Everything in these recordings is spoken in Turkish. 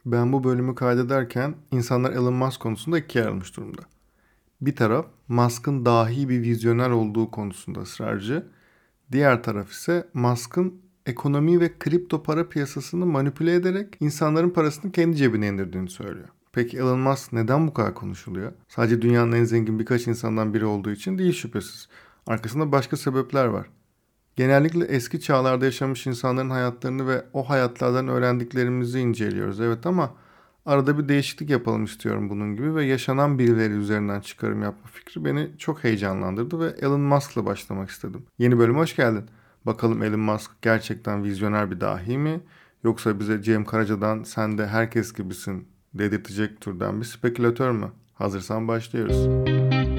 Ben bu bölümü kaydederken insanlar Elon Musk konusunda ikiye ayrılmış durumda. Bir taraf Musk'ın dahi bir vizyoner olduğu konusunda ısrarcı. Diğer taraf ise Musk'ın ekonomi ve kripto para piyasasını manipüle ederek insanların parasını kendi cebine indirdiğini söylüyor. Peki Elon Musk neden bu kadar konuşuluyor? Sadece dünyanın en zengin birkaç insandan biri olduğu için değil şüphesiz. Arkasında başka sebepler var. Genellikle eski çağlarda yaşamış insanların hayatlarını ve o hayatlardan öğrendiklerimizi inceliyoruz. Evet ama arada bir değişiklik yapalım istiyorum bunun gibi ve yaşanan birileri üzerinden çıkarım yapma fikri beni çok heyecanlandırdı ve Elon Musk'la başlamak istedim. Yeni bölüme hoş geldin. Bakalım Elon Musk gerçekten vizyoner bir dahi mi? Yoksa bize Cem Karaca'dan sen de herkes gibisin dedirtecek türden bir spekülatör mü? Hazırsan başlıyoruz.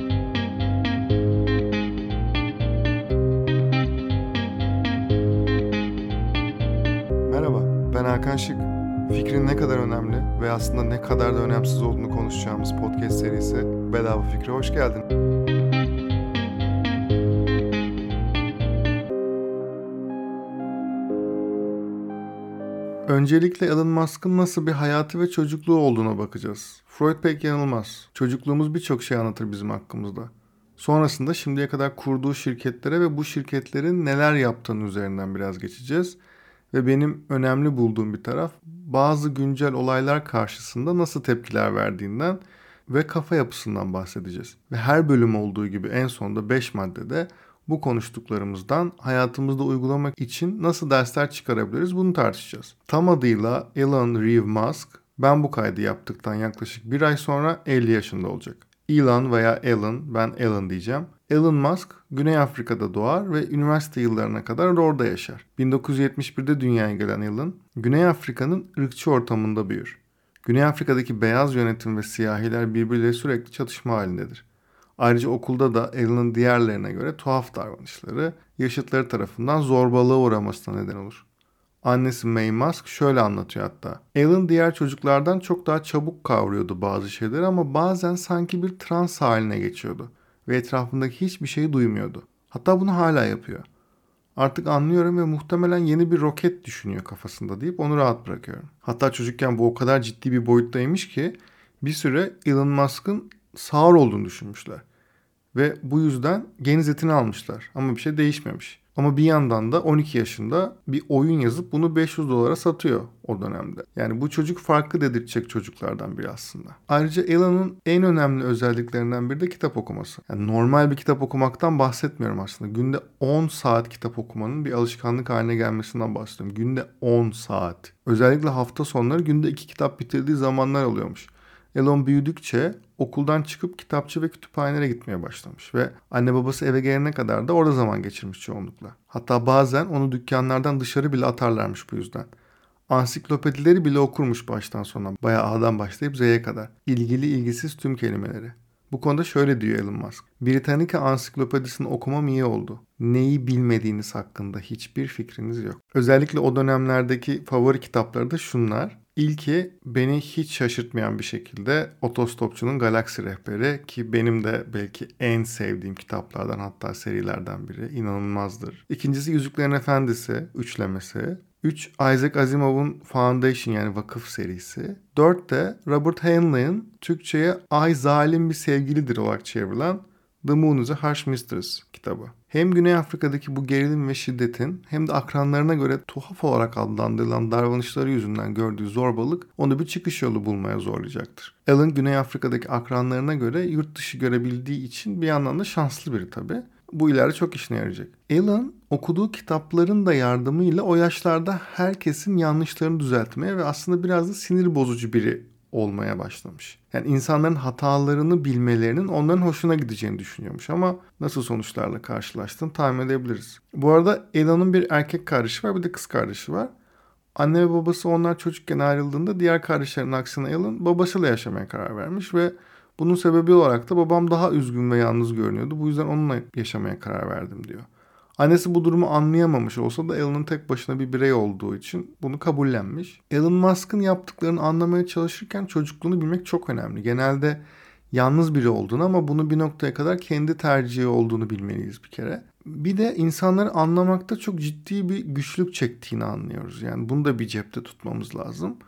Merhaba, ben Hakan Şık. Fikrin ne kadar önemli ve aslında ne kadar da önemsiz olduğunu konuşacağımız podcast serisi Bedava Fikre hoş geldin. Öncelikle Elon Musk'ın nasıl bir hayatı ve çocukluğu olduğuna bakacağız. Freud pek yanılmaz. Çocukluğumuz birçok şey anlatır bizim hakkımızda. Sonrasında şimdiye kadar kurduğu şirketlere ve bu şirketlerin neler yaptığını üzerinden biraz geçeceğiz. Ve benim önemli bulduğum bir taraf bazı güncel olaylar karşısında nasıl tepkiler verdiğinden ve kafa yapısından bahsedeceğiz. Ve her bölüm olduğu gibi en sonda 5 maddede bu konuştuklarımızdan hayatımızda uygulamak için nasıl dersler çıkarabiliriz bunu tartışacağız. Tam adıyla Elon Reeve Musk, ben bu kaydı yaptıktan yaklaşık bir ay sonra 50 yaşında olacak. Elon veya Elon, ben Elon diyeceğim. Elon Musk, Güney Afrika'da doğar ve üniversite yıllarına kadar orada yaşar. 1971'de dünyaya gelen Elon, Güney Afrika'nın ırkçı ortamında büyür. Güney Afrika'daki beyaz yönetim ve siyahiler birbirleriyle sürekli çatışma halindedir. Ayrıca okulda da Alan'ın diğerlerine göre tuhaf davranışları yaşıtları tarafından zorbalığa uğramasına neden olur. Annesi Mae Musk şöyle anlatıyor hatta. Alan diğer çocuklardan çok daha çabuk kavruyordu bazı şeyleri ama bazen sanki bir trans haline geçiyordu ve etrafındaki hiçbir şeyi duymuyordu. Hatta bunu hala yapıyor. Artık anlıyorum ve muhtemelen yeni bir roket düşünüyor kafasında deyip onu rahat bırakıyorum. Hatta çocukken bu o kadar ciddi bir boyuttaymış ki bir süre Elon Musk'ın sağır olduğunu düşünmüşler. Ve bu yüzden geniz etini almışlar. Ama bir şey değişmemiş. Ama bir yandan da 12 yaşında bir oyun yazıp bunu 500 dolara satıyor o dönemde. Yani bu çocuk farklı dedirtecek çocuklardan biri aslında. Ayrıca Elon'un en önemli özelliklerinden biri de kitap okuması. Yani normal bir kitap okumaktan bahsetmiyorum aslında. Günde 10 saat kitap okumanın bir alışkanlık haline gelmesinden bahsediyorum. Günde 10 saat. Özellikle hafta sonları günde 2 kitap bitirdiği zamanlar oluyormuş. Elon büyüdükçe okuldan çıkıp kitapçı ve kütüphanelere gitmeye başlamış ve anne babası eve gelene kadar da orada zaman geçirmiş çoğunlukla. Hatta bazen onu dükkanlardan dışarı bile atarlarmış bu yüzden. Ansiklopedileri bile okurmuş baştan sona. Bayağı A'dan başlayıp Z'ye kadar. İlgili ilgisiz tüm kelimeleri. Bu konuda şöyle diyor Elon Musk. Britannica ansiklopedisini okumam iyi oldu. Neyi bilmediğiniz hakkında hiçbir fikriniz yok. Özellikle o dönemlerdeki favori kitapları da şunlar. İlki beni hiç şaşırtmayan bir şekilde Otostopçunun Galaksi Rehberi ki benim de belki en sevdiğim kitaplardan hatta serilerden biri. İnanılmazdır. İkincisi Yüzüklerin Efendisi üçlemesi. 3. Isaac Asimov'un Foundation yani vakıf serisi. 4 de Robert Heinlein'in Türkçe'ye Ay Zalim Bir Sevgilidir olarak çevrilen The Moon is a Harsh Mistress kitabı. Hem Güney Afrika'daki bu gerilim ve şiddetin hem de akranlarına göre tuhaf olarak adlandırılan davranışları yüzünden gördüğü zorbalık onu bir çıkış yolu bulmaya zorlayacaktır. Alan Güney Afrika'daki akranlarına göre yurt dışı görebildiği için bir yandan da şanslı biri tabii. Bu ileride çok işine yarayacak. Alan okuduğu kitapların da yardımıyla o yaşlarda herkesin yanlışlarını düzeltmeye ve aslında biraz da sinir bozucu biri olmaya başlamış. Yani insanların hatalarını bilmelerinin onların hoşuna gideceğini düşünüyormuş ama nasıl sonuçlarla karşılaştığını tahmin edebiliriz. Bu arada Ela'nın bir erkek kardeşi var bir de kız kardeşi var. Anne ve babası onlar çocukken ayrıldığında diğer kardeşlerin aksine Alan babasıyla yaşamaya karar vermiş ve bunun sebebi olarak da babam daha üzgün ve yalnız görünüyordu. Bu yüzden onunla yaşamaya karar verdim diyor. Annesi bu durumu anlayamamış olsa da Alan'ın tek başına bir birey olduğu için bunu kabullenmiş. Elon Musk'ın yaptıklarını anlamaya çalışırken çocukluğunu bilmek çok önemli. Genelde yalnız biri olduğunu ama bunu bir noktaya kadar kendi tercihi olduğunu bilmeliyiz bir kere. Bir de insanları anlamakta çok ciddi bir güçlük çektiğini anlıyoruz. Yani bunu da bir cepte tutmamız lazım.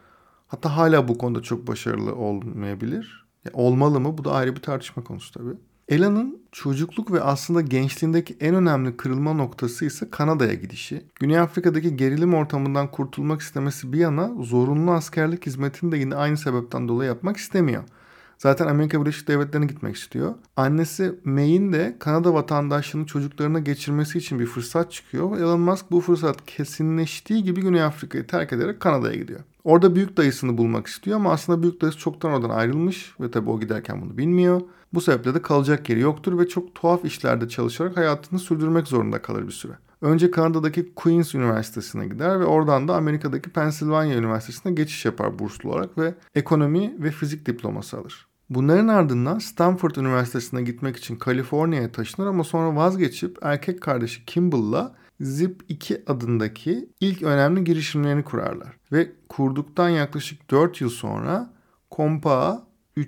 Hatta hala bu konuda çok başarılı olmayabilir. Ya olmalı mı? Bu da ayrı bir tartışma konusu tabii. Elon'un çocukluk ve aslında gençliğindeki en önemli kırılma noktası ise Kanada'ya gidişi. Güney Afrika'daki gerilim ortamından kurtulmak istemesi bir yana zorunlu askerlik hizmetini de yine aynı sebepten dolayı yapmak istemiyor. Zaten Amerika Birleşik Devletleri'ne gitmek istiyor. Annesi May'in de Kanada vatandaşlığını çocuklarına geçirmesi için bir fırsat çıkıyor. Elon Musk bu fırsat kesinleştiği gibi Güney Afrika'yı terk ederek Kanada'ya gidiyor. Orada büyük dayısını bulmak istiyor ama aslında büyük dayısı çoktan oradan ayrılmış ve tabii o giderken bunu bilmiyor. Bu sebeple de kalacak yeri yoktur ve çok tuhaf işlerde çalışarak hayatını sürdürmek zorunda kalır bir süre. Önce Kanada'daki Queen's Üniversitesi'ne gider ve oradan da Amerika'daki Pennsylvania Üniversitesi'ne geçiş yapar burslu olarak ve ekonomi ve fizik diploması alır. Bunların ardından Stanford Üniversitesi'ne gitmek için Kaliforniya'ya taşınır ama sonra vazgeçip erkek kardeşi Kimball'la Zip2 adındaki ilk önemli girişimlerini kurarlar. Ve kurduktan yaklaşık 4 yıl sonra Compaq'a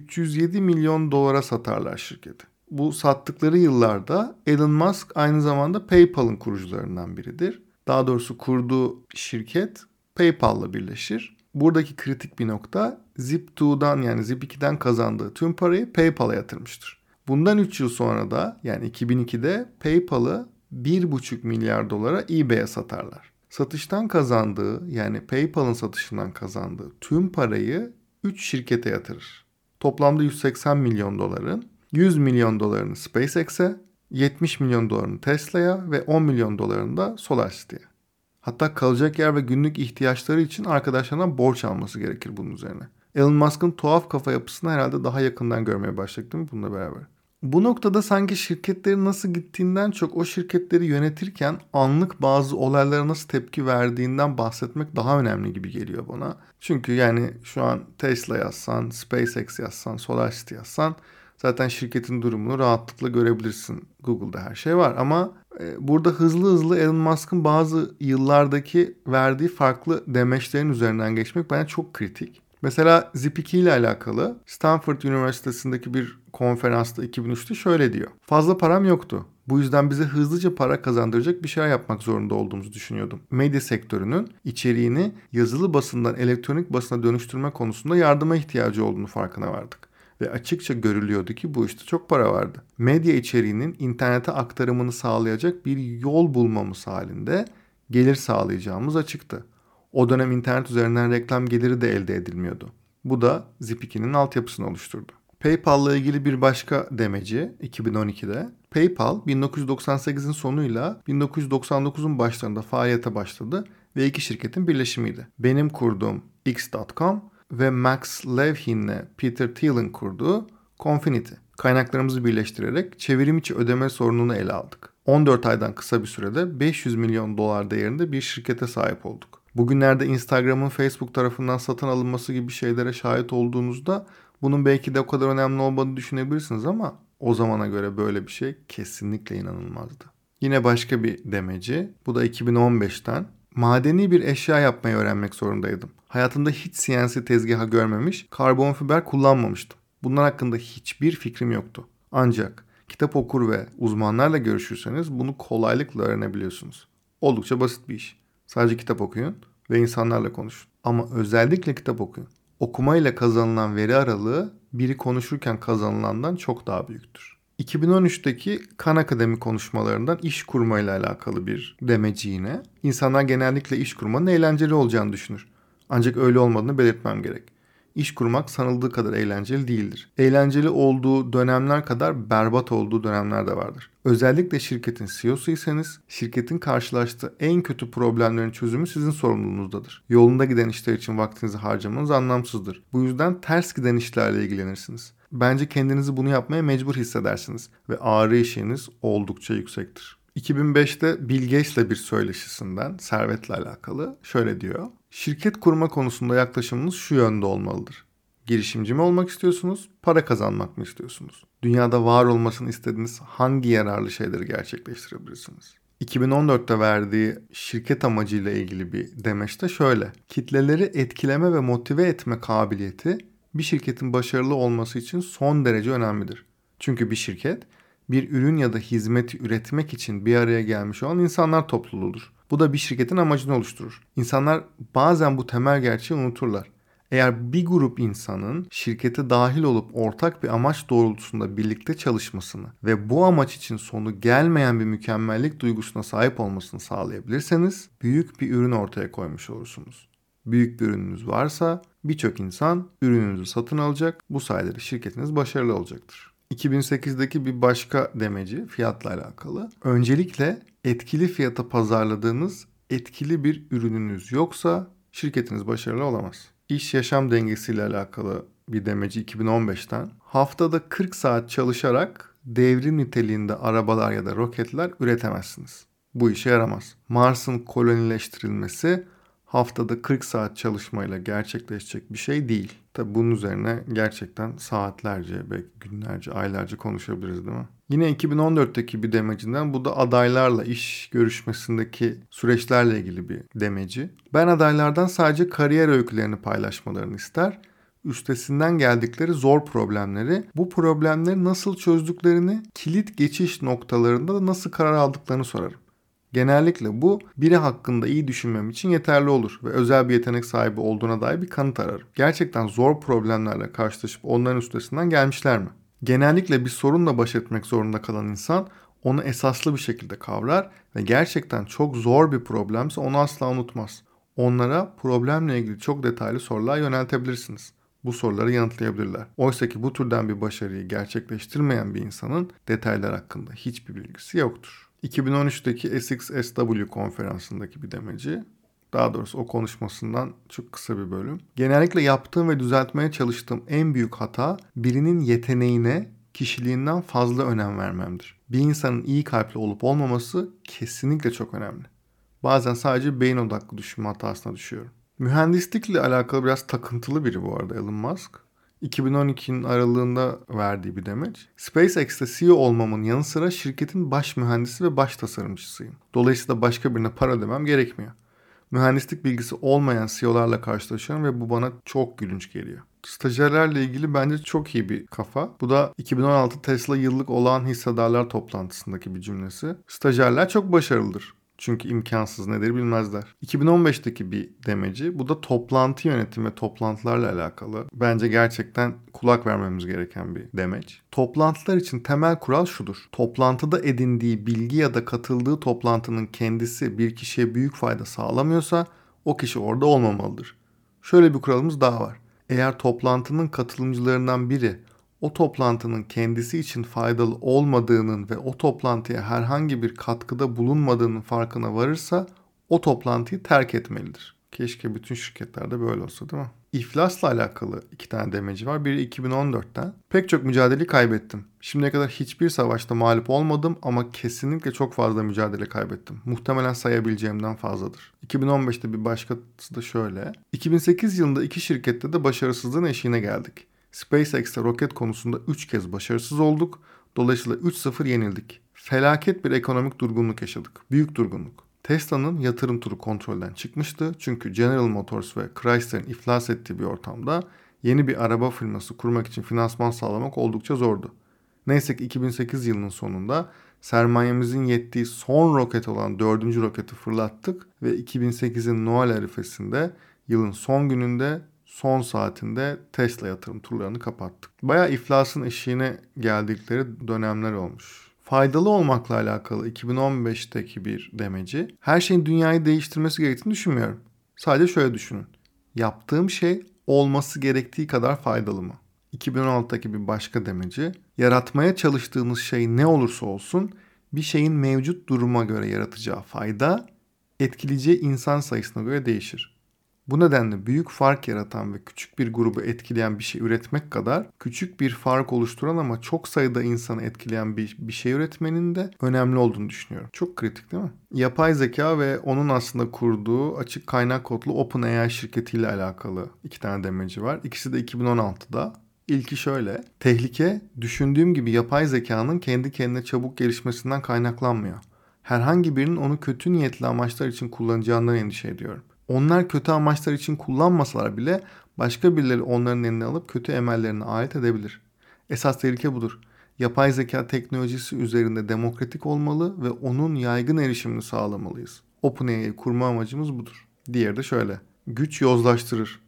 307 milyon dolara satarlar şirketi. Bu sattıkları yıllarda Elon Musk aynı zamanda PayPal'ın kurucularından biridir. Daha doğrusu kurduğu şirket PayPal'la birleşir. Buradaki kritik bir nokta Zip2'dan yani Zip2'den kazandığı tüm parayı PayPal'a yatırmıştır. Bundan 3 yıl sonra da yani 2002'de PayPal'ı 1,5 milyar dolara eBay'e satarlar. Satıştan kazandığı yani PayPal'ın satışından kazandığı tüm parayı 3 şirkete yatırır. Toplamda 180 milyon doların 100 milyon dolarını SpaceX'e, 70 milyon dolarını Tesla'ya ve 10 milyon dolarını da SolarCity'ye. Hatta kalacak yer ve günlük ihtiyaçları için arkadaşlarından borç alması gerekir bunun üzerine. Elon Musk'ın tuhaf kafa yapısını herhalde daha yakından görmeye başladık değil mi bununla beraber? Bu noktada sanki şirketlerin nasıl gittiğinden çok o şirketleri yönetirken anlık bazı olaylara nasıl tepki verdiğinden bahsetmek daha önemli gibi geliyor bana. Çünkü yani şu an Tesla yazsan, SpaceX yazsan, SolarCity yazsan zaten şirketin durumunu rahatlıkla görebilirsin. Google'da her şey var ama burada hızlı hızlı Elon Musk'ın bazı yıllardaki verdiği farklı demeçlerin üzerinden geçmek bence çok kritik. Mesela Zip2 ile alakalı Stanford Üniversitesi'ndeki bir konferansta 2003'te şöyle diyor. Fazla param yoktu. Bu yüzden bize hızlıca para kazandıracak bir şeyler yapmak zorunda olduğumuzu düşünüyordum. Medya sektörünün içeriğini yazılı basından elektronik basına dönüştürme konusunda yardıma ihtiyacı olduğunu farkına vardık. Ve açıkça görülüyordu ki bu işte çok para vardı. Medya içeriğinin internete aktarımını sağlayacak bir yol bulmamız halinde gelir sağlayacağımız açıktı. O dönem internet üzerinden reklam geliri de elde edilmiyordu. Bu da Zip2'nin altyapısını oluşturdu. PayPal'la ilgili bir başka demeci 2012'de. PayPal 1998'in sonuyla 1999'un başlarında faaliyete başladı ve iki şirketin birleşimiydi. Benim kurduğum X.com ve Max Levchin'le Peter Thiel'in kurduğu Confinity. Kaynaklarımızı birleştirerek çevrim içi ödeme sorununu ele aldık. 14 aydan kısa bir sürede 500 milyon dolar değerinde bir şirkete sahip olduk. Bugünlerde Instagram'ın Facebook tarafından satın alınması gibi şeylere şahit olduğunuzda bunun belki de o kadar önemli olmadığını düşünebilirsiniz ama o zamana göre böyle bir şey kesinlikle inanılmazdı. Yine başka bir demeci, bu da 2015'ten. Madeni bir eşya yapmayı öğrenmek zorundaydım. Hayatımda hiç CNC tezgahı görmemiş, karbon fiber kullanmamıştım. Bunlar hakkında hiçbir fikrim yoktu. Ancak kitap okur ve uzmanlarla görüşürseniz bunu kolaylıkla öğrenebiliyorsunuz. Oldukça basit bir iş. Sadece kitap okuyun ve insanlarla konuşun. Ama özellikle kitap okuyun. Okumayla kazanılan veri aralığı biri konuşurken kazanılandan çok daha büyüktür. 2013'teki Khan Akademi konuşmalarından iş kurmayla alakalı bir demeci yine. İnsanlar genellikle iş kurmanın eğlenceli olacağını düşünür. Ancak öyle olmadığını belirtmem gerek. İş kurmak sanıldığı kadar eğlenceli değildir. Eğlenceli olduğu dönemler kadar berbat olduğu dönemler de vardır. Özellikle şirketin CEO'suysanız, şirketin karşılaştığı en kötü problemlerin çözümü sizin sorumluluğunuzdadır. Yolunda giden işler için vaktinizi harcamanız anlamsızdır. Bu yüzden ters giden işlerle ilgilenirsiniz. Bence kendinizi bunu yapmaya mecbur hissedersiniz ve ağrı eşiğiniz oldukça yüksektir. 2005'te Bill Gates'le bir söyleşisinden servetle alakalı şöyle diyor. Şirket kurma konusunda yaklaşımınız şu yönde olmalıdır. Girişimci mi olmak istiyorsunuz, para kazanmak mı istiyorsunuz? Dünyada var olmasını istediğiniz hangi yararlı şeyleri gerçekleştirebilirsiniz? 2014'te verdiği şirket amacıyla ilgili bir demeçte şöyle. Kitleleri etkileme ve motive etme kabiliyeti bir şirketin başarılı olması için son derece önemlidir. Çünkü bir şirket bir ürün ya da hizmeti üretmek için bir araya gelmiş olan insanlar topluluğudur. Bu da bir şirketin amacını oluşturur. İnsanlar bazen bu temel gerçeği unuturlar. Eğer bir grup insanın şirkete dahil olup ortak bir amaç doğrultusunda birlikte çalışmasını ve bu amaç için sonu gelmeyen bir mükemmellik duygusuna sahip olmasını sağlayabilirseniz büyük bir ürün ortaya koymuş olursunuz. Büyük bir ürününüz varsa birçok insan ürününüzü satın alacak. Bu sayede şirketiniz başarılı olacaktır. 2008'deki bir başka demeci fiyatla alakalı. Öncelikle etkili fiyata pazarladığınız etkili bir ürününüz yoksa şirketiniz başarılı olamaz. İş yaşam dengesiyle alakalı bir demeci 2015'ten. Haftada 40 saat çalışarak devrim niteliğinde arabalar ya da roketler üretemezsiniz. Bu işe yaramaz. Mars'ın kolonileştirilmesi haftada 40 saat çalışmayla gerçekleşecek bir şey değil. Tabi bunun üzerine gerçekten saatlerce, belki günlerce, aylarca konuşabiliriz değil mi? Yine 2014'teki bir demecinden, bu da adaylarla iş görüşmesindeki süreçlerle ilgili bir demeci. Ben adaylardan sadece kariyer öykülerini paylaşmalarını ister, üstesinden geldikleri zor problemleri, bu problemleri nasıl çözdüklerini, kilit geçiş noktalarında da nasıl karar aldıklarını sorarım. Genellikle bu biri hakkında iyi düşünmem için yeterli olur ve özel bir yetenek sahibi olduğuna dair bir kanıt ararım. Gerçekten zor problemlerle karşılaşıp onların üstesinden gelmişler mi? Genellikle bir sorunla baş etmek zorunda kalan insan onu esaslı bir şekilde kavrar ve gerçekten çok zor bir problemse onu asla unutmaz. Onlara problemle ilgili çok detaylı sorular yöneltebilirsiniz. Bu soruları yanıtlayabilirler. Oysa ki bu türden bir başarıyı gerçekleştirmeyen bir insanın detaylar hakkında hiçbir bilgisi yoktur. 2013'teki SXSW konferansındaki bir demeci, daha doğrusu o konuşmasından çok kısa bir bölüm. Genellikle yaptığım ve düzeltmeye çalıştığım en büyük hata birinin yeteneğine kişiliğinden fazla önem vermemdir. Bir insanın iyi kalpli olup olmaması kesinlikle çok önemli. Bazen sadece beyin odaklı düşünme hatasına düşüyorum. Mühendislikle alakalı biraz takıntılı biri bu arada Elon Musk. 2012'nin aralığında verdiği bir demeç. SpaceX'te CEO olmamın yanı sıra şirketin baş mühendisi ve baş tasarımcısıyım. Dolayısıyla başka birine para ödemem gerekmiyor. Mühendislik bilgisi olmayan CEO'larla karşılaşıyorum ve bu bana çok gülünç geliyor. Stajyerlerle ilgili bence çok iyi bir kafa. Bu da 2016 Tesla yıllık olağan hissedarlar toplantısındaki bir cümlesi. Stajyerler çok başarılıdır. Çünkü imkansız nedir bilmezler. 2015'teki bir demeci. Bu da toplantı yönetimi ve toplantılarla alakalı. Bence gerçekten kulak vermemiz gereken bir demeç. Toplantılar için temel kural şudur: toplantıda edindiği bilgi ya da katıldığı toplantının kendisi bir kişiye büyük fayda sağlamıyorsa o kişi orada olmamalıdır. Şöyle bir kuralımız daha var. Eğer toplantının katılımcılarından biri o toplantının kendisi için faydalı olmadığının ve o toplantıya herhangi bir katkıda bulunmadığının farkına varırsa o toplantıyı terk etmelidir. Keşke bütün şirketlerde böyle olsa, değil mi? İflasla alakalı 2 tane demeci var. Biri 2014'ten. Pek çok mücadeleyi kaybettim. Şimdiye kadar hiçbir savaşta mağlup olmadım ama kesinlikle çok fazla mücadele kaybettim. Muhtemelen sayabileceğimden fazladır. 2015'te bir başkası da şöyle. 2008 yılında 2 şirkette de başarısızlığın eşiğine geldik. SpaceX'te roket konusunda 3 kez başarısız olduk. Dolayısıyla 3-0 yenildik. Felaket bir ekonomik durgunluk yaşadık. Büyük durgunluk. Tesla'nın yatırım turu kontrolden çıkmıştı. Çünkü General Motors ve Chrysler'in iflas ettiği bir ortamda yeni bir araba firması kurmak için finansman sağlamak oldukça zordu. Neyse ki 2008 yılının sonunda sermayemizin yettiği son roket olan 4. roketi fırlattık ve 2008'in Noel arifesinde yılın son gününde, son saatinde Tesla yatırım turlarını kapattık. Bayağı iflasın eşiğine geldikleri dönemler olmuş. Faydalı olmakla alakalı 2015'teki bir demeci. Her şeyin dünyayı değiştirmesi gerektiğini düşünmüyorum. Sadece şöyle düşünün. Yaptığım şey olması gerektiği kadar faydalı mı? 2016'daki bir başka demeci. Yaratmaya çalıştığımız şey ne olursa olsun bir şeyin mevcut duruma göre yaratacağı fayda etkileyeceği insan sayısına göre değişir. Bu nedenle büyük fark yaratan ve küçük bir grubu etkileyen bir şey üretmek kadar küçük bir fark oluşturan ama çok sayıda insanı etkileyen bir şey üretmenin de önemli olduğunu düşünüyorum. Çok kritik değil mi? Yapay zeka ve onun aslında kurduğu açık kaynak kodlu OpenAI şirketiyle alakalı 2 tane demeci var. İkisi de 2016'da. İlki şöyle: tehlike düşündüğüm gibi yapay zekanın kendi kendine çabuk gelişmesinden kaynaklanmıyor. Herhangi birinin onu kötü niyetli amaçlar için kullanacağından endişe ediyorum. Onlar kötü amaçlar için kullanmasalar bile başka birileri onların eline alıp kötü emellerine alet edebilir. Esas tehlike budur. Yapay zeka teknolojisi üzerinde demokratik olmalı ve onun yaygın erişimini sağlamalıyız. OpenAI'yi kurma amacımız budur. Diğeri de şöyle: güç yozlaştırır.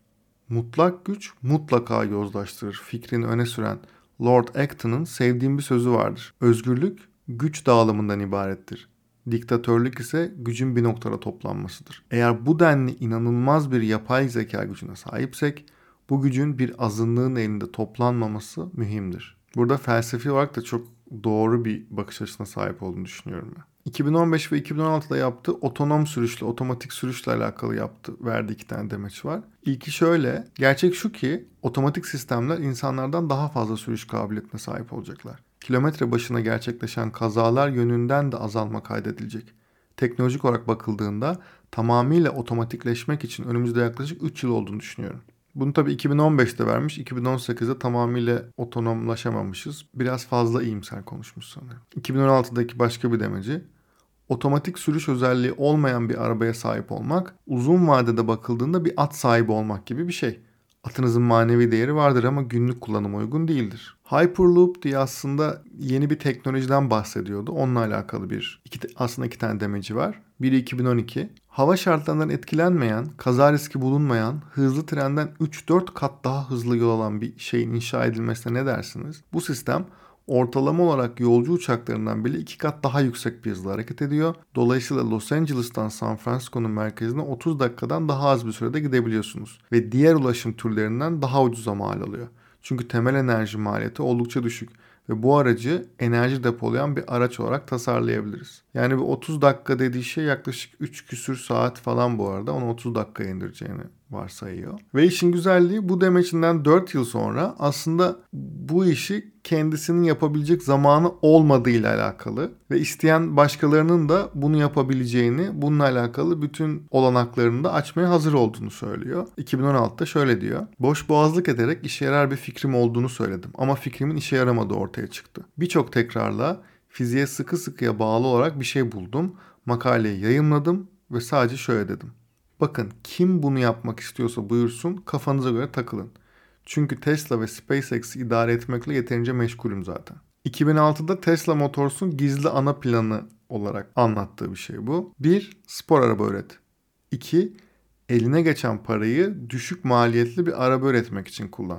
Mutlak güç mutlaka yozlaştırır fikrini öne süren Lord Acton'ın sevdiğim bir sözü vardır. Özgürlük güç dağılımından ibarettir. Diktatörlük ise gücün bir noktada toplanmasıdır. Eğer bu denli inanılmaz bir yapay zeka gücüne sahipsek, bu gücün bir azınlığın elinde toplanmaması mühimdir. Burada felsefi olarak da çok doğru bir bakış açısına sahip olduğunu düşünüyorum ben. 2015 ve 2016'da yaptığı otonom sürüşle, otomatik sürüşle alakalı verdiği 2 tane demeç var. İlki şöyle, gerçek şu ki otomatik sistemler insanlardan daha fazla sürüş kabiliyetine sahip olacaklar. Kilometre başına gerçekleşen kazalar yönünden de azalma kaydedilecek. Teknolojik olarak bakıldığında tamamıyla otomatikleşmek için önümüzde yaklaşık 3 yıl olduğunu düşünüyorum. Bunu tabii 2015'te vermiş, 2018'de tamamıyla otonomlaşamamışız. Biraz fazla iyimser konuşmuş sanırım. 2016'daki başka bir demeci, otomatik sürüş özelliği olmayan bir arabaya sahip olmak, uzun vadede bakıldığında bir at sahibi olmak gibi bir şey. Atınızın manevi değeri vardır ama günlük kullanıma uygun değildir. Hyperloop diye aslında yeni bir teknolojiden bahsediyordu. Onunla alakalı aslında 2 tane demeci var. Biri 2012. Hava şartlarından etkilenmeyen, kaza riski bulunmayan, hızlı trenden 3-4 kat daha hızlı yol alan bir şeyin inşa edilmesine ne dersiniz? Bu sistem ortalama olarak yolcu uçaklarından bile 2 kat daha yüksek bir hızla hareket ediyor. Dolayısıyla Los Angeles'tan San Francisco'nun merkezine 30 dakikadan daha az bir sürede gidebiliyorsunuz. Ve diğer ulaşım türlerinden daha ucuza mal alıyor. Çünkü temel enerji maliyeti oldukça düşük. Ve bu aracı enerji depolayan bir araç olarak tasarlayabiliriz. Yani bu 30 dakika dediği şey yaklaşık 3 küsür saat falan bu arada. Onu 30 dakikaya indireceğini varsayıyor. Ve işin güzelliği bu demeçinden 4 yıl sonra aslında bu işi kendisinin yapabilecek zamanı olmadığıyla alakalı ve isteyen başkalarının da bunu yapabileceğini, bununla alakalı bütün olanaklarını da açmaya hazır olduğunu söylüyor. 2016'da şöyle diyor. Boş boğazlık ederek işe yarar bir fikrim olduğunu söyledim ama fikrimin işe yaramadığı ortaya çıktı. Birçok tekrarla fiziğe sıkı sıkıya bağlı olarak bir şey buldum, makaleyi yayımladım ve sadece şöyle dedim. Bakın kim bunu yapmak istiyorsa buyursun, kafanıza göre takılın. Çünkü Tesla ve SpaceX'i idare etmekle yeterince meşgulüm zaten. 2006'da Tesla Motors'un gizli ana planı olarak anlattığı bir şey bu. 1. Spor araba üret. 2. Eline geçen parayı düşük maliyetli bir araba üretmek için kullan.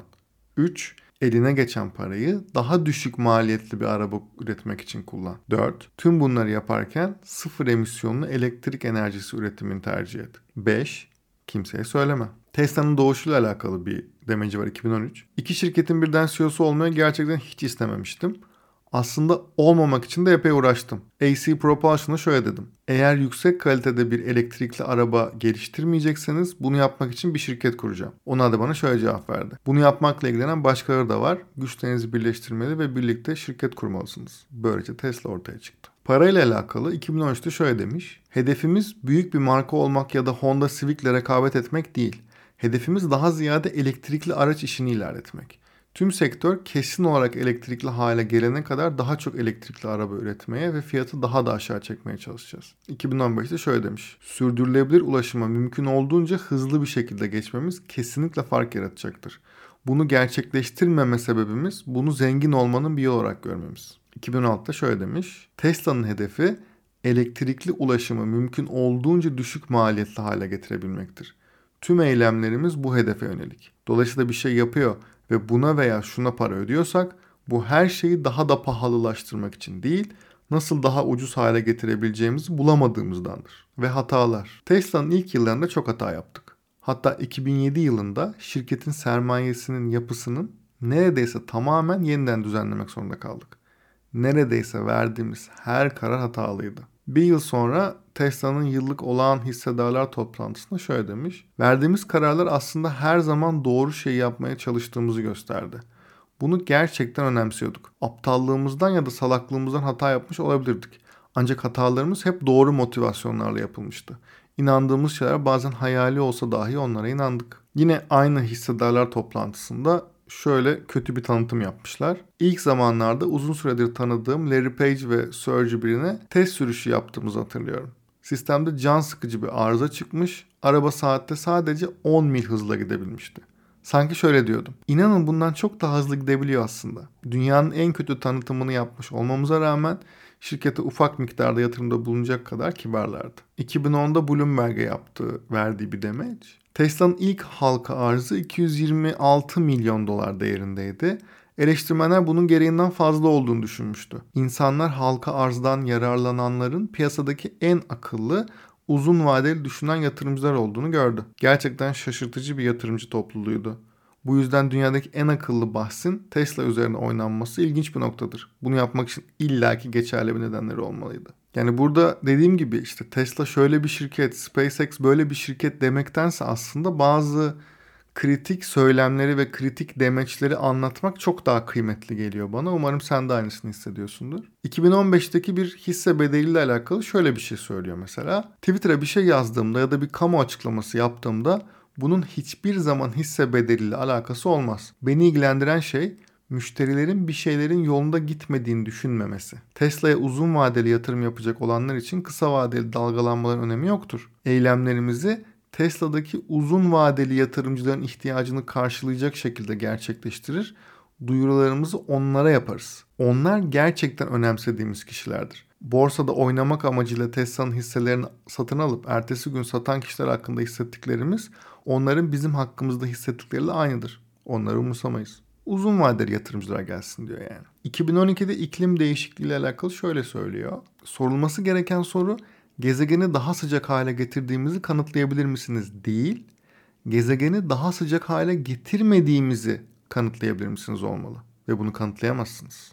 3. Eline geçen parayı daha düşük maliyetli bir araba üretmek için kullan. 4. Tüm bunları yaparken sıfır emisyonlu elektrik enerjisi üretimini tercih et. 5. Kimseye söyleme. Tesla'nın doğuşuyla alakalı bir demeci var 2013. 2 şirketin birden CEO'su olmayı gerçekten hiç istememiştim. Aslında olmamak için de epey uğraştım. AC Propulsion'a şöyle dedim. Eğer yüksek kalitede bir elektrikli araba geliştirmeyecekseniz bunu yapmak için bir şirket kuracağım. Ona da bana şöyle cevap verdi. Bunu yapmakla ilgilenen başkaları da var. Güçlerinizi birleştirmeli ve birlikte şirket kurmalısınız. Böylece Tesla ortaya çıktı. Parayla alakalı 2013'te şöyle demiş. Hedefimiz büyük bir marka olmak ya da Honda Civic'le rekabet etmek değil. Hedefimiz daha ziyade elektrikli araç işini ilerletmek. Tüm sektör kesin olarak elektrikli hale gelene kadar daha çok elektrikli araba üretmeye ve fiyatı daha da aşağı çekmeye çalışacağız. 2015'te şöyle demiş. Sürdürülebilir ulaşıma mümkün olduğunca hızlı bir şekilde geçmemiz kesinlikle fark yaratacaktır. Bunu gerçekleştirmeme sebebimiz bunu zengin olmanın bir yolu olarak görmemiz. 2016'da şöyle demiş. Tesla'nın hedefi elektrikli ulaşımı mümkün olduğunca düşük maliyetli hale getirebilmektir. Tüm eylemlerimiz bu hedefe yönelik. Dolayısıyla bir şey yapıyor ve buna veya şuna para ödüyorsak bu her şeyi daha da pahalılaştırmak için değil, nasıl daha ucuz hale getirebileceğimizi bulamadığımızdandır. Ve hatalar. Tesla'nın ilk yıllarında çok hata yaptık. Hatta 2007 yılında şirketin sermayesinin yapısının neredeyse tamamen yeniden düzenlemek zorunda kaldık. Neredeyse verdiğimiz her karar hatalıydı. Bir yıl sonra Tesla'nın yıllık olağan hissedarlar toplantısında şöyle demiş. Verdiğimiz kararlar aslında her zaman doğru şeyi yapmaya çalıştığımızı gösterdi. Bunu gerçekten önemsiyorduk. Aptallığımızdan ya da salaklığımızdan hata yapmış olabilirdik. Ancak hatalarımız hep doğru motivasyonlarla yapılmıştı. İnandığımız şeyler bazen hayali olsa dahi onlara inandık. Yine aynı hissedarlar toplantısında şöyle kötü bir tanıtım yapmışlar. İlk zamanlarda uzun süredir tanıdığım Larry Page ve Sergey Brin'e test sürüşü yaptığımızı hatırlıyorum. Sistemde can sıkıcı bir arıza çıkmış, araba saatte sadece 10 mil hızla gidebilmişti. Sanki şöyle diyordum. İnanın bundan çok daha hızlı gidebiliyor aslında. Dünyanın en kötü tanıtımını yapmış olmamıza rağmen şirkete ufak miktarda yatırımda bulunacak kadar kibarlardı. 2010'da Bloomberg'e verdiği bir demeç. Tesla'nın ilk halka arzı 226 milyon dolar değerindeydi. Eleştirmenler bunun gereğinden fazla olduğunu düşünmüştü. İnsanlar halka arzdan yararlananların piyasadaki en akıllı, uzun vadeli düşünen yatırımcılar olduğunu gördü. Gerçekten şaşırtıcı bir yatırımcı topluluğuydu. Bu yüzden dünyadaki en akıllı bahsin Tesla üzerine oynanması ilginç bir noktadır. Bunu yapmak için illaki geçerli bir nedenleri olmalıydı. Yani burada dediğim gibi işte Tesla şöyle bir şirket, SpaceX böyle bir şirket demektense aslında bazı kritik söylemleri ve kritik demeçleri anlatmak çok daha kıymetli geliyor bana. Umarım sen de aynısını hissediyorsundur. 2015'teki bir hisse bedeliyle alakalı şöyle bir şey söylüyor mesela. Twitter'a bir şey yazdığımda ya da bir kamu açıklaması yaptığımda bunun hiçbir zaman hisse bedeliyle alakası olmaz. Beni ilgilendiren şey müşterilerin bir şeylerin yolunda gitmediğini düşünmemesi. Tesla'ya uzun vadeli yatırım yapacak olanlar için kısa vadeli dalgalanmaların önemi yoktur. Eylemlerimizi Tesla'daki uzun vadeli yatırımcıların ihtiyacını karşılayacak şekilde gerçekleştirir. Duyurularımızı onlara yaparız. Onlar gerçekten önemsediğimiz kişilerdir. Borsada oynamak amacıyla Tesla'nın hisselerini satın alıp ertesi gün satan kişiler hakkında hissettiklerimiz onların bizim hakkımızda hissettikleriyle aynıdır. Onları umursamayız. Uzun vadeli yatırımcılar gelsin diyor yani. 2012'de iklim değişikliği ile alakalı şöyle söylüyor. Sorulması gereken soru gezegeni daha sıcak hale getirdiğimizi kanıtlayabilir misiniz? Değil, gezegeni daha sıcak hale getirmediğimizi kanıtlayabilir misiniz olmalı. Ve bunu kanıtlayamazsınız.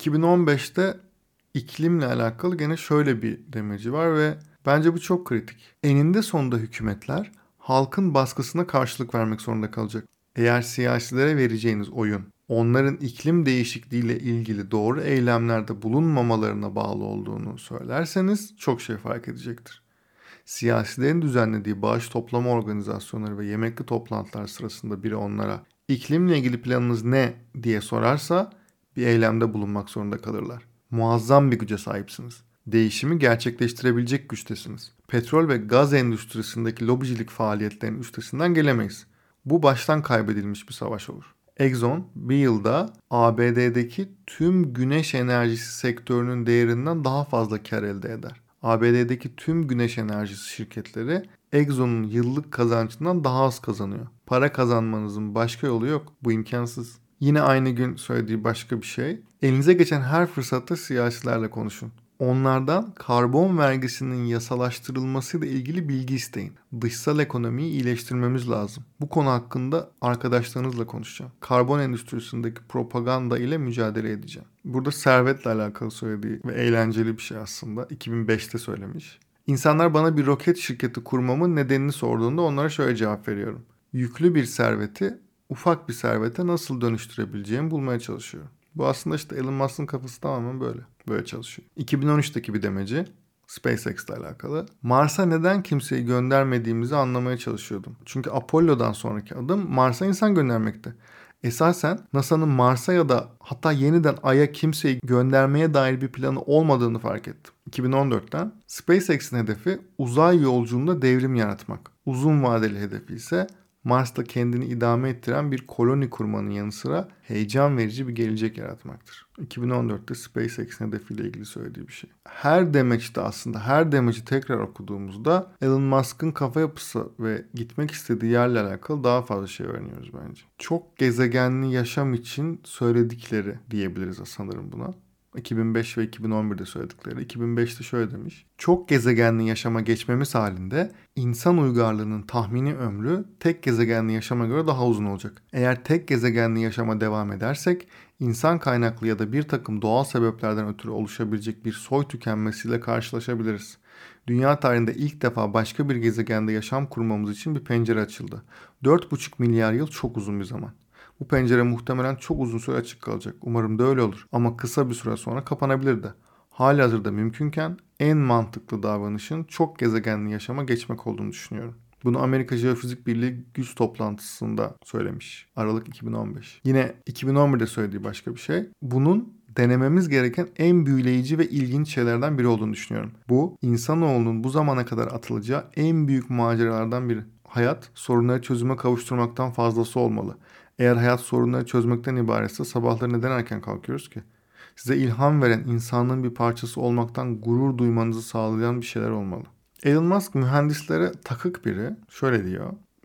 2015'te iklimle alakalı gene şöyle bir demeci var ve bence bu çok kritik. Eninde sonunda hükümetler halkın baskısına karşılık vermek zorunda kalacak. Eğer siyasilere vereceğiniz oyun onların iklim değişikliğiyle ilgili doğru eylemlerde bulunmamalarına bağlı olduğunu söylerseniz çok şey fark edecektir. Siyasilerin düzenlediği bağış toplama organizasyonları ve yemekli toplantılar sırasında biri onlara iklimle ilgili planınız ne diye sorarsa bir eylemde bulunmak zorunda kalırlar. Muazzam bir güce sahipsiniz. Değişimi gerçekleştirebilecek güçtesiniz. Petrol ve gaz endüstrisindeki lobicilik faaliyetlerinin üstesinden gelemeyiz. Bu baştan kaybedilmiş bir savaş olur. Exxon bir yılda ABD'deki tüm güneş enerjisi sektörünün değerinden daha fazla kar elde eder. ABD'deki tüm güneş enerjisi şirketleri Exxon'un yıllık kazancından daha az kazanıyor. Para kazanmanızın başka yolu yok. Bu imkansız. Yine aynı gün söylediği başka bir şey. Elinize geçen her fırsatta siyasilerle konuşun. Onlardan karbon vergisinin yasalaştırılmasıyla ilgili bilgi isteyin. Dışsal ekonomiyi iyileştirmemiz lazım. Bu konu hakkında arkadaşlarınızla konuşacağım. Karbon endüstrisindeki propaganda ile mücadele edeceğim. Burada servetle alakalı söylediği ve eğlenceli bir şey aslında. 2005'te söylemiş. İnsanlar bana bir roket şirketi kurmamın nedenini sorduğunda onlara şöyle cevap veriyorum. Yüklü bir serveti ufak bir servete nasıl dönüştürebileceğimi bulmaya çalışıyorum. Bu aslında işte Elon Musk'ın kafası tamamen böyle. Böyle çalışıyor. 2013'teki bir demeci SpaceX ile alakalı. Mars'a neden kimseyi göndermediğimizi anlamaya çalışıyordum. Çünkü Apollo'dan sonraki adım Mars'a insan göndermekti. Esasen NASA'nın Mars'a ya da hatta yeniden Ay'a kimseyi göndermeye dair bir planı olmadığını fark ettim. 2014'ten SpaceX'in hedefi uzay yolculuğunda devrim yaratmak. Uzun vadeli hedefi ise Mars'ta kendini idame ettiren bir koloni kurmanın yanı sıra heyecan verici bir gelecek yaratmaktır. 2014'te SpaceX'in hedefiyle ilgili söylediği bir şey. Her demeçte aslında her demeci tekrar okuduğumuzda Elon Musk'ın kafa yapısı ve gitmek istediği yerle alakalı daha fazla şey öğreniyoruz bence. Çok gezegenli yaşam için söyledikleri diyebiliriz sanırım buna. 2005 ve 2011'de söyledikleri. 2005'te şöyle demiş. Çok gezegenli yaşama geçmemiz halinde insan uygarlığının tahmini ömrü tek gezegenli yaşama göre daha uzun olacak. Eğer tek gezegenli yaşama devam edersek insan kaynaklı ya da bir takım doğal sebeplerden ötürü oluşabilecek bir soy tükenmesiyle karşılaşabiliriz. Dünya tarihinde ilk defa başka bir gezegende yaşam kurmamız için bir pencere açıldı. 4,5 milyar yıl çok uzun bir zaman. Bu pencere muhtemelen çok uzun süre açık kalacak. Umarım da öyle olur. Ama kısa bir süre sonra kapanabilir de. Halihazırda mümkünken en mantıklı davranışın çok gezegenli yaşama geçmek olduğunu düşünüyorum. Bunu Amerika Jeofizik Birliği güç toplantısında söylemiş. Aralık 2015. Yine 2011'de söylediği başka bir şey. Bunun denememiz gereken en büyüleyici ve ilginç şeylerden biri olduğunu düşünüyorum. Bu, insanoğlunun bu zamana kadar atılacağı en büyük maceralardan biri. Hayat, sorunları çözüme kavuşturmaktan fazlası olmalı. Eğer hayat sorunları çözmekten ibaretse sabahları neden erken kalkıyoruz ki? Size ilham veren insanlığın bir parçası olmaktan gurur duymanızı sağlayan bir şeyler olmalı. Elon Musk mühendislere takık biri. Şöyle diyor.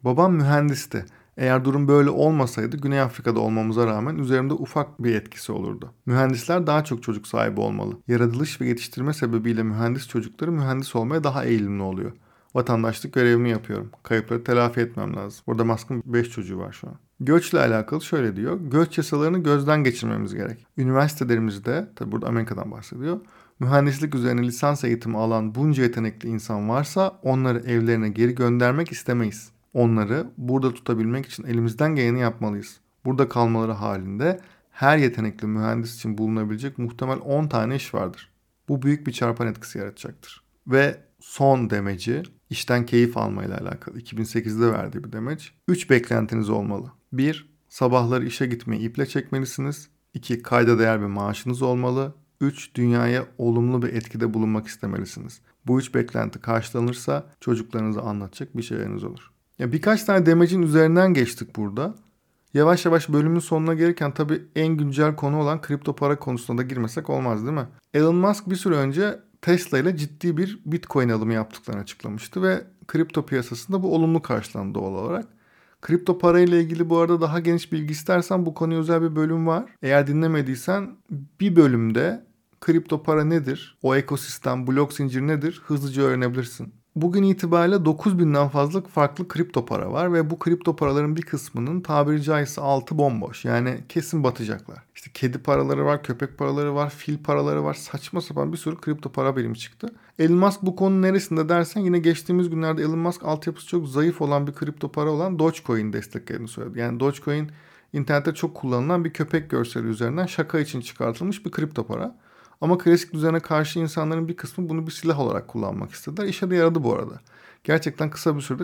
Babam mühendisti. Eğer durum böyle olmasaydı Güney Afrika'da olmamıza rağmen üzerimde ufak bir etkisi olurdu. Mühendisler daha çok çocuk sahibi olmalı. Yaratılış ve yetiştirme sebebiyle mühendis çocukları mühendis olmaya daha eğilimli oluyor. Vatandaşlık görevimi yapıyorum. Kayıpları telafi etmem lazım. Burada Musk'ın 5 çocuğu var şu an. Göçle alakalı şöyle diyor. Göç yasalarını gözden geçirmemiz gerek. Üniversitelerimizde, tabi burada Amerika'dan bahsediyor. Mühendislik üzerine lisans eğitimi alan bunca yetenekli insan varsa onları evlerine geri göndermek istemeyiz. Onları burada tutabilmek için elimizden geleni yapmalıyız. Burada kalmaları halinde her yetenekli mühendis için bulunabilecek muhtemel 10 tane iş vardır. Bu büyük bir çarpan etkisi yaratacaktır. Ve son demeci işten keyif almayla alakalı 2008'de verdiği bir demeç. 3 beklentiniz olmalı. 1. Sabahları işe gitmeyi iple çekmelisiniz. 2. Kayda değer bir maaşınız olmalı. 3. Dünyaya olumlu bir etkide bulunmak istemelisiniz. Bu 3 beklenti karşılanırsa çocuklarınıza anlatacak bir şeyleriniz olur. Ya birkaç tane demecin üzerinden geçtik burada. Yavaş yavaş bölümün sonuna gelirken tabii en güncel konu olan kripto para konusuna da girmesek olmaz değil mi? Elon Musk bir süre önce Tesla ile ciddi bir Bitcoin alımı yaptıklarını açıklamıştı ve kripto piyasasında bu olumlu karşılandı doğal olarak. Kripto para ile ilgili bu arada daha geniş bilgi istersen bu konuya özel bir bölüm var. Eğer dinlemediysen bir bölümde kripto para nedir, o ekosistem, blok zinciri nedir hızlıca öğrenebilirsin. Bugün itibariyle 9.000'den fazla farklı kripto para var ve bu kripto paraların bir kısmının tabiri caizse altı bomboş. Yani kesin batacaklar. İşte kedi paraları var, köpek paraları var, fil paraları var. Saçma sapan bir sürü kripto para birimi çıktı. Elon Musk bu konu neresinde dersen yine geçtiğimiz günlerde Elon Musk altyapısı çok zayıf olan bir kripto para olan Dogecoin desteklediğini söyledi. Yani Dogecoin internette çok kullanılan bir köpek görseli üzerinden şaka için çıkartılmış bir kripto para. Ama klasik düzene karşı insanların bir kısmı bunu bir silah olarak kullanmak istediler. İşe de yaradı bu arada. Gerçekten kısa bir sürede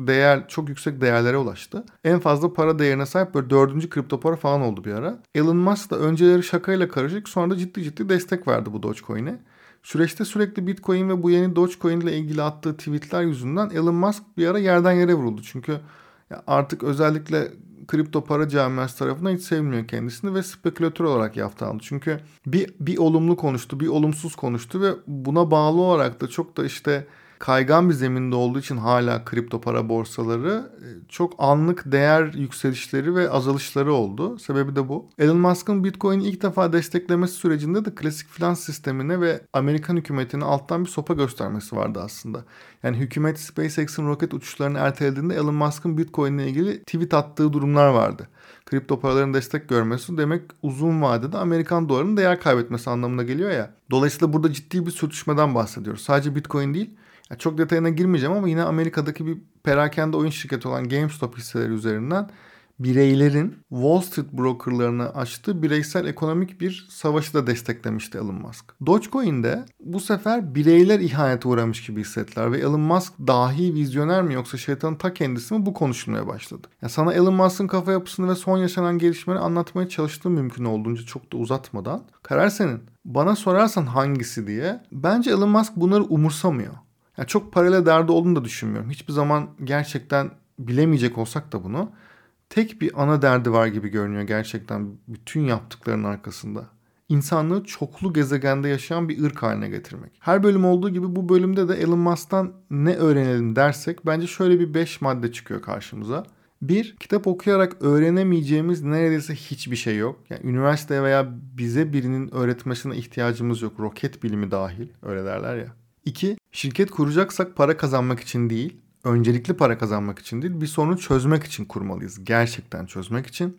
çok yüksek değerlere ulaştı. En fazla para değerine sahip böyle 4. kripto para falan oldu bir ara. Elon Musk da önceleri şakayla karışık sonra da ciddi destek verdi bu Dogecoin'e. Süreçte sürekli Bitcoin ve bu yeni Dogecoin ile ilgili attığı tweetler yüzünden Elon Musk bir ara yerden yere vuruldu. Çünkü artık özellikle kripto para camiası tarafından hiç sevmiyor kendisini ve spekülatör olarak yaftalandı. Çünkü bir olumlu konuştu, bir olumsuz konuştu ve buna bağlı olarak da çok da işte kaygan bir zeminde olduğu için hala kripto para borsaları çok anlık değer yükselişleri ve azalışları oldu. Sebebi de bu. Elon Musk'ın Bitcoin'i ilk defa desteklemesi sürecinde de klasik finans sistemine ve Amerikan hükümetine alttan bir sopa göstermesi vardı aslında. Yani hükümet SpaceX'in roket uçuşlarını ertelediğinde Elon Musk'ın Bitcoin ile ilgili tweet attığı durumlar vardı. Kripto paraların destek görmesi demek uzun vadede Amerikan dolarının değer kaybetmesi anlamına geliyor ya. Dolayısıyla burada ciddi bir sürtüşmeden bahsediyoruz. Sadece Bitcoin değil. Çok detayına girmeyeceğim ama yine Amerika'daki bir perakende oyun şirketi olan GameStop hisseleri üzerinden bireylerin Wall Street brokerlarına açtığı bireysel ekonomik bir savaşı da desteklemişti Elon Musk. Dogecoin'de bu sefer bireyler ihanete uğramış gibi hissettiler ve Elon Musk dahi vizyoner mi yoksa şeytanın ta kendisi mi bu konuşulmaya başladı. Sana Elon Musk'ın kafa yapısını ve son yaşanan gelişmeleri anlatmaya çalıştığım mümkün olduğunca çok da uzatmadan. Karar senin. Bana sorarsan hangisi diye. Bence Elon Musk bunları umursamıyor. Çok parayla derdi olduğunu da düşünmüyorum. Hiçbir zaman gerçekten bilemeyecek olsak da bunu tek bir ana derdi var gibi görünüyor gerçekten bütün yaptıklarının arkasında. İnsanlığı çoklu gezegende yaşayan bir ırk haline getirmek. Her bölüm olduğu gibi bu bölümde de Elon Musk'tan ne öğrenelim dersek bence şöyle bir 5 madde çıkıyor karşımıza. 1. Kitap okuyarak öğrenemeyeceğimiz neredeyse hiçbir şey yok. Yani üniversiteye veya bize birinin öğretmesine ihtiyacımız yok. Roket bilimi dahil öyle derler ya. 2. Şirket kuracaksak para kazanmak için değil, öncelikli para kazanmak için değil, bir sorunu çözmek için kurmalıyız. Gerçekten çözmek için.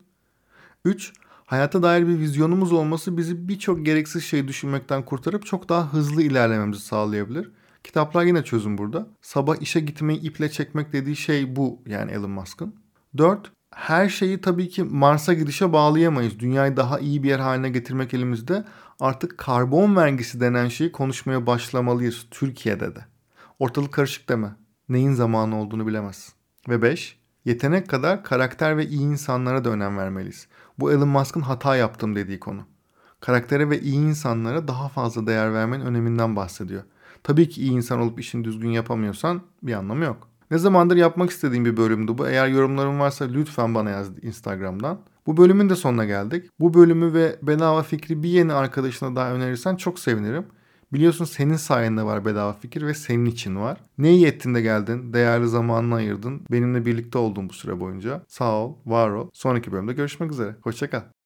3. Hayata dair bir vizyonumuz olması bizi birçok gereksiz şey düşünmekten kurtarıp çok daha hızlı ilerlememizi sağlayabilir. Kitaplar yine çözüm burada. Sabah işe gitmeyi iple çekmek dediği şey bu yani Elon Musk'ın. 4. Her şeyi tabii ki Mars'a gidişe bağlayamayız. Dünyayı daha iyi bir yer haline getirmek elimizde. Artık karbon vergisi denen şeyi konuşmaya başlamalıyız Türkiye'de de. Ortalık karışık deme. Neyin zamanı olduğunu bilemezsin. Ve 5. Yetenek kadar karakter ve iyi insanlara da önem vermeliyiz. Bu Elon Musk'ın hata yaptım dediği konu. Karaktere ve iyi insanlara daha fazla değer vermenin öneminden bahsediyor. Tabii ki iyi insan olup işini düzgün yapamıyorsan bir anlamı yok. Ne zamandır yapmak istediğim bir bölümdü bu. Eğer yorumların varsa lütfen bana yaz Instagram'dan. Bu bölümün de sonuna geldik. Bu bölümü ve bedava fikri bir yeni arkadaşına daha önerirsen çok sevinirim. Biliyorsun senin sayende var Bedava Fikir ve senin için var. Ne iyi ettin de geldin, değerli zamanını ayırdın. Benimle birlikte oldun bu süre boyunca. Sağ ol, var ol. Sonraki bölümde görüşmek üzere. Hoşça kal.